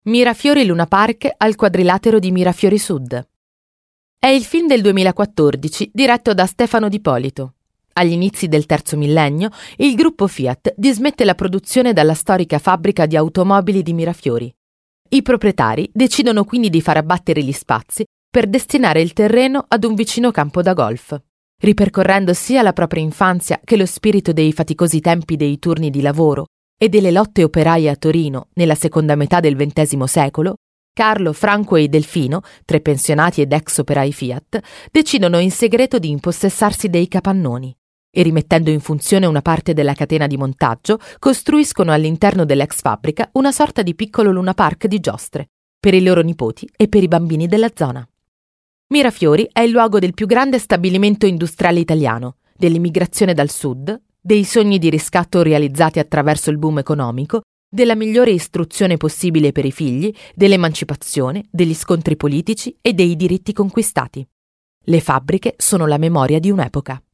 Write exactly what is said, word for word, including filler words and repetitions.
Mirafiori Luna Park al quadrilatero di Mirafiori Sud. È il film del duemilaquattordici diretto da Stefano Di Polito. Agli inizi del terzo millennio, il gruppo Fiat dismette la produzione dalla storica fabbrica di automobili di Mirafiori. I proprietari decidono quindi di far abbattere gli spazi per destinare il terreno ad un vicino campo da golf. Ripercorrendo sia la propria infanzia che lo spirito dei faticosi tempi dei turni di lavoro e delle lotte operaie a Torino nella seconda metà del ventesimo secolo, Carlo, Franco e Delfino, tre pensionati ed ex operai Fiat, decidono in segreto di impossessarsi dei capannoni e, rimettendo in funzione una parte della catena di montaggio, costruiscono all'interno dell'ex fabbrica una sorta di piccolo Luna Park di giostre per i loro nipoti e per i bambini della zona. Mirafiori è il luogo del più grande stabilimento industriale italiano, dell'immigrazione dal sud, dei sogni di riscatto realizzati attraverso il boom economico, della migliore istruzione possibile per i figli, dell'emancipazione, degli scontri politici e dei diritti conquistati. Le fabbriche sono la memoria di un'epoca.